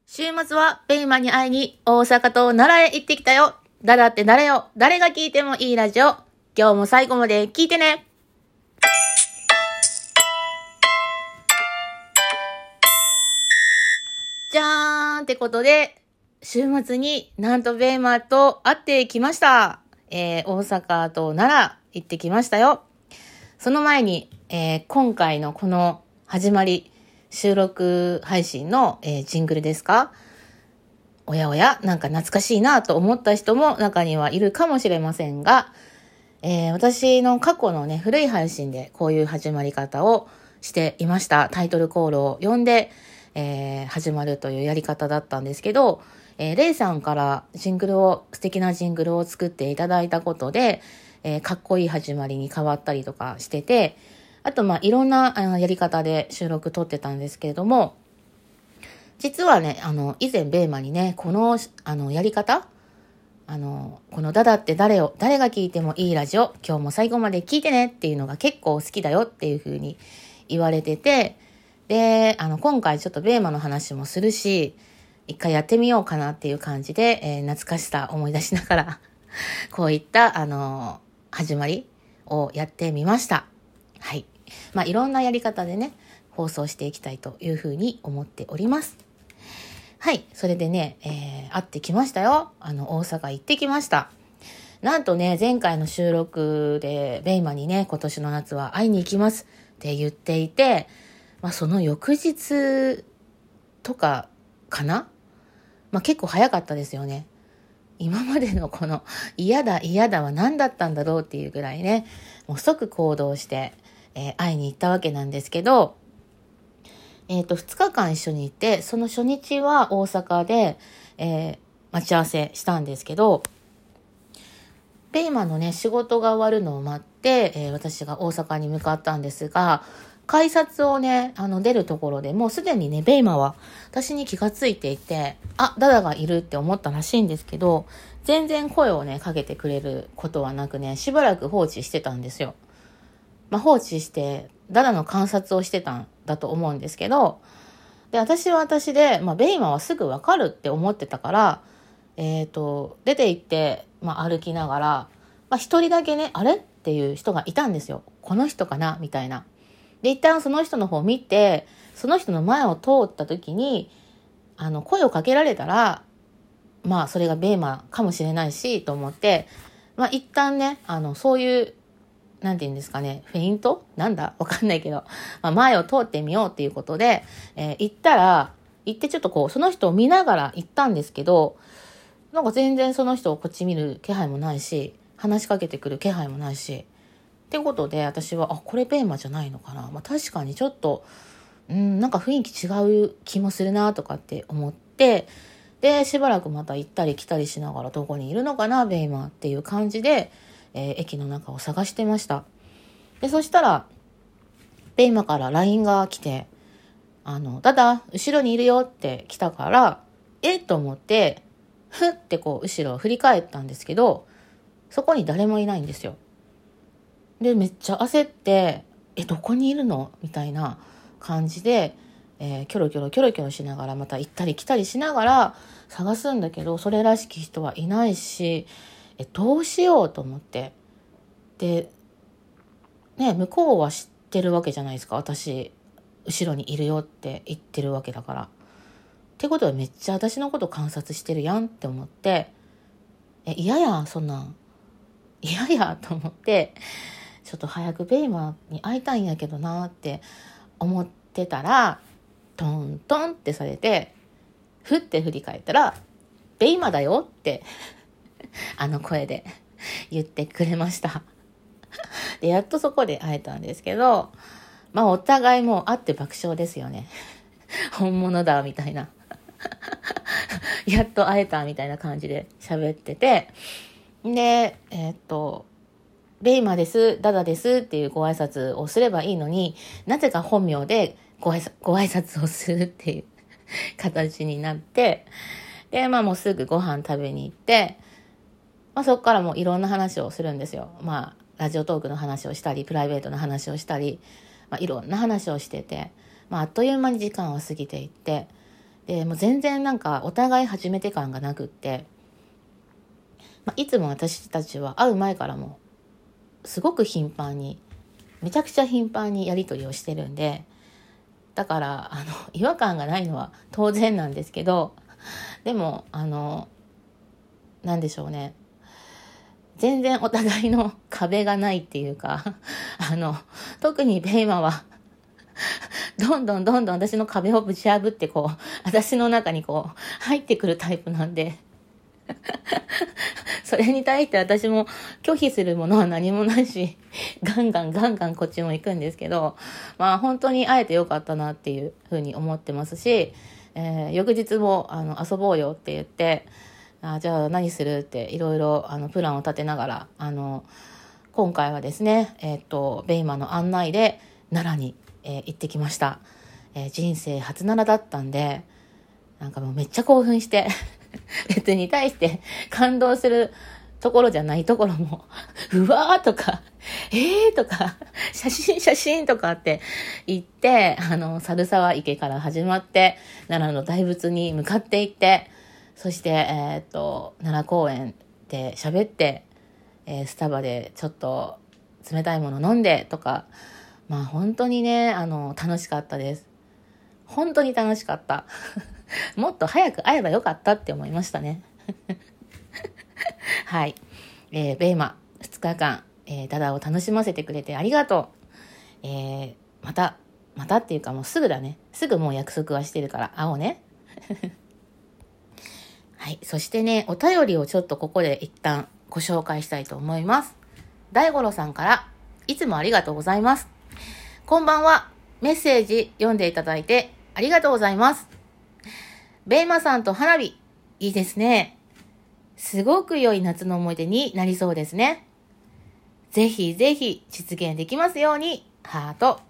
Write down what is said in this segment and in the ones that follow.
週末はベイマに会いに大阪と奈良へ行ってきたよ。だだって誰よ。誰が聞いてもいいラジオ。今日も最後まで聞いてね。じゃーんってことで、週末になんとベイマと会ってきました。大阪と奈良行ってきましたよ。その前に、今回のこの始まり、収録配信の、ジングルですか？おやおや、なんか懐かしいなと思った人も中にはいるかもしれませんが、私の過去のね、古い配信でこういう始まり方をしていました。タイトルコールを読んで、始まるというやり方だったんですけど、レイさんから素敵なジングルを作っていただいたことで、かっこいい始まりに変わったりとかしてて、あといろんなやり方で収録撮ってたんですけれども、実はね、以前ベーマにね、このやり方、このダダって誰が聞いてもいいラジオ、今日も最後まで聞いてねっていうのが結構好きだよっていう風に言われてて、で、今回ちょっとベーマの話もするし、一回やってみようかなっていう感じで、懐かしさ思い出しながら、こういった、始まりをやってみました。はい。いろんなやり方でね、放送していきたいという風に思っております。はい。それでね、会ってきましたよ。大阪行ってきました。なんとね、前回の収録で、ベイマにね、今年の夏は会いに行きますって言っていて、その翌日とかかな？結構早かったですよね。今までのこの嫌だは何だったんだろうっていうぐらいね、もう即行動して、会いに行ったわけなんですけど、2日間一緒に行って、その初日は大阪で、待ち合わせしたんですけど、ベイマのね、仕事が終わるのを待って、私が大阪に向かったんですが、改札をね、出るところでもうすでにね、ベイマは私に気がついていて、ダダがいるって思ったらしいんですけど、全然声をね、かけてくれることはなくね、しばらく放置してたんですよ。放置して、ダダの観察をしてたんだと思うんですけど、で、私は私で、ベイマはすぐわかるって思ってたから、出て行って、歩きながら、一人だけね、あれっていう人がいたんですよ。この人かなみたいな。で、一旦その人の方を見て、その人の前を通った時に、声をかけられたら、それがベイマかもしれないし、と思って、一旦ね、そういう、なんて言うんですかね、フェイントなんだわかんないけど、前を通ってみようっていうことで、行ってちょっとその人を見ながら行ったんですけど、なんか全然その人をこっち見る気配もないし、話しかけてくる気配もないし、ってことで私は、これベーマじゃないのかな。確かにちょっと、なんか雰囲気違う気もするなとかって思って、で、しばらくまた行ったり来たりしながらどこにいるのかな、ベイマっていう感じで、駅の中を探してました。で、そしたら、ベイマから LINE が来て、ダダ、後ろにいるよって来たから、と思って、ふって後ろを振り返ったんですけど、そこに誰もいないんですよ。で、めっちゃ焦って、どこにいるのみたいな感じで、キョロキョロしながら、また行ったり来たりしながら探すんだけど、それらしき人はいないし、どうしようと思って。で、ね、向こうは知ってるわけじゃないですか。私、後ろにいるよって言ってるわけだから。ってことはめっちゃ私のこと観察してるやんって思って、嫌や、そんなん。嫌やと思って、ちょっと早くベイマに会いたいんやけどなって思ってたら、トントンってされて、ふって振り返ったら、ベイマだよって声で言ってくれました。で、やっとそこで会えたんですけど、お互いもう会って爆笑ですよね。本物だみたいな。やっと会えたみたいな感じで喋ってて、で、ベイマです、ダダですっていうご挨拶をすればいいのに、なぜか本名でご挨拶をするっていう形になって、で、もうすぐご飯食べに行って、そこからもういろんな話をするんですよ。ラジオトークの話をしたり、プライベートの話をしたり、いろんな話をしてて、あっという間に時間は過ぎていって、 でもう全然なんかお互い初めて感がなくって、いつも私たちは会う前からもすごく頻繁に、めちゃくちゃ頻繁にやり取りをしてるんで、だから違和感がないのは当然なんですけど、でもなんでしょうね、全然お互いの壁がないっていうか特にベイマはどんどん私の壁をぶち破って私の中に入ってくるタイプなんでそれに対して私も拒否するものは何もないし、ガンガンこっちも行くんですけど、本当に会えてよかったなっていうふうに思ってますし、翌日も遊ぼうよって言って、じゃあ何するっていろいろプランを立てながら、今回はですね、ベイマの案内で奈良に、行ってきました。人生初奈良だったんで、なんかもうめっちゃ興奮して別に対して感動するところじゃないところもうわーとかとか写真とかって言って、猿沢池から始まって奈良の大仏に向かって行って、そして奈良公園で喋って、スタバでちょっと冷たいもの飲んでとか、本当にね楽しかったです。本当に楽しかったもっと早く会えばよかったって思いましたねはい、ベイマ2日間、ダダを楽しませてくれてありがとう。またっていうかもうすぐだね。すぐもう約束はしてるから会おうねはい、そしてね、お便りをちょっとここで一旦ご紹介したいと思います。大五郎さんから、いつもありがとうございます。こんばんは。メッセージ読んでいただいてありがとうございます。ベイマさんと花火、いいですね。すごく良い夏の思い出になりそうですね。ぜひぜひ実現できますように、ハート。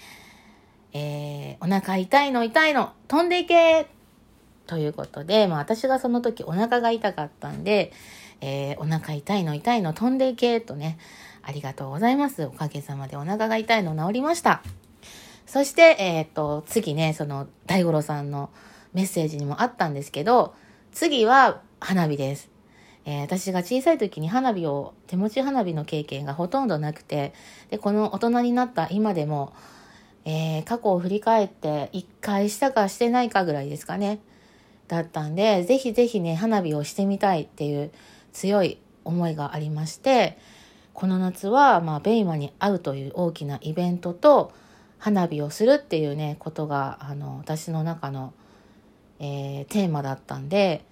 お腹痛いの飛んでいけということで、私がその時お腹が痛かったんで、お腹痛いの飛んでいけとね、ありがとうございます。おかげさまでお腹が痛いの治りました。そして、次ね、その大五郎さんのメッセージにもあったんですけど、次は花火です。私が小さい時に手持ち花火の経験がほとんどなくて、で、この大人になった今でも、過去を振り返って1回したかしてないかぐらいですかね。だったんで、ぜひぜひね、花火をしてみたいっていう強い思いがありまして、この夏は、ベイマに会うという大きなイベントと、花火をするっていうね、ことが、私の中の、テーマだったんで、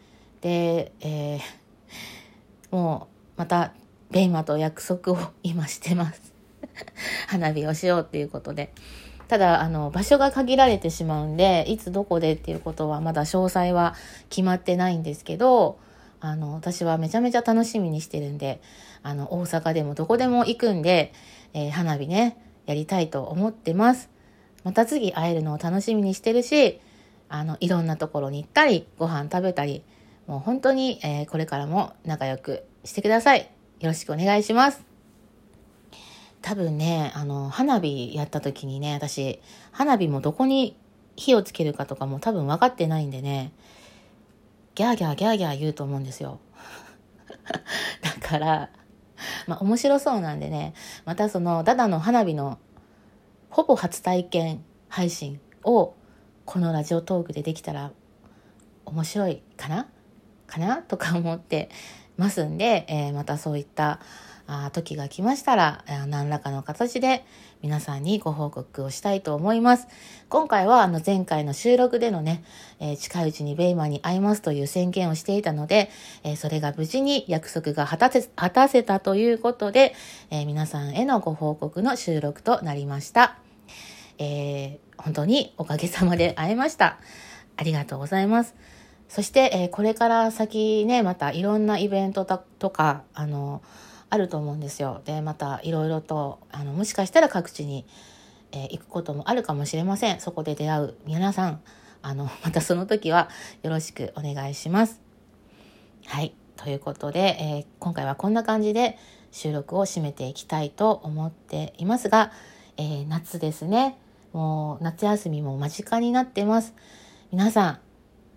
もう、また、ベイマと約束を今してます。花火をしようっていうことで。ただ、場所が限られてしまうんで、いつどこでっていうことはまだ詳細は決まってないんですけど、私はめちゃめちゃ楽しみにしてるんで、大阪でもどこでも行くんで、花火ね、やりたいと思ってます。また次会えるのを楽しみにしてるし、いろんなところに行ったり、ご飯食べたり、もう本当に、これからも仲良くしてください。よろしくお願いします。多分ね、花火やった時にね、私、花火もどこに火をつけるかとかも多分分かってないんでね、ギャーギャー言うと思うんですよ。だから、面白そうなんでね、またそのダダの花火のほぼ初体験配信をこのラジオトークでできたら面白いかなとか思ってますんで、またそういった時が来ましたら、何らかの形で皆さんにご報告をしたいと思います。今回は前回の収録でのね、近いうちにベイマに会いますという宣言をしていたので、それが無事に約束が果たせたということで、皆さんへのご報告の収録となりました。本当におかげさまで会えました。ありがとうございます。そして、これから先ね、またいろんなイベントとか、あると思うんですよ。で、またいろいろと、もしかしたら各地に、行くこともあるかもしれません。そこで出会う皆さん、またその時はよろしくお願いします。はい。ということで、今回はこんな感じで収録を締めていきたいと思っていますが、夏ですね。もう夏休みも間近になってます。皆さん、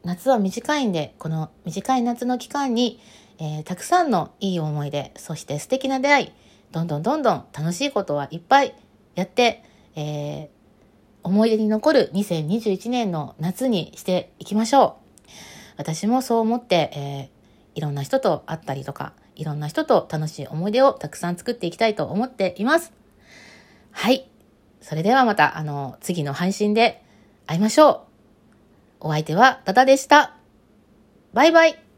夏は短いんで、この短い夏の期間に、たくさんのいい思い出、そして素敵な出会い、どんどん楽しいことはいっぱいやって、思い出に残る2021年の夏にしていきましょう。私もそう思って、いろんな人と会ったりとか、いろんな人と楽しい思い出をたくさん作っていきたいと思っています。はい。それではまた、次の配信で会いましょう。お相手はダダでした。バイバイ。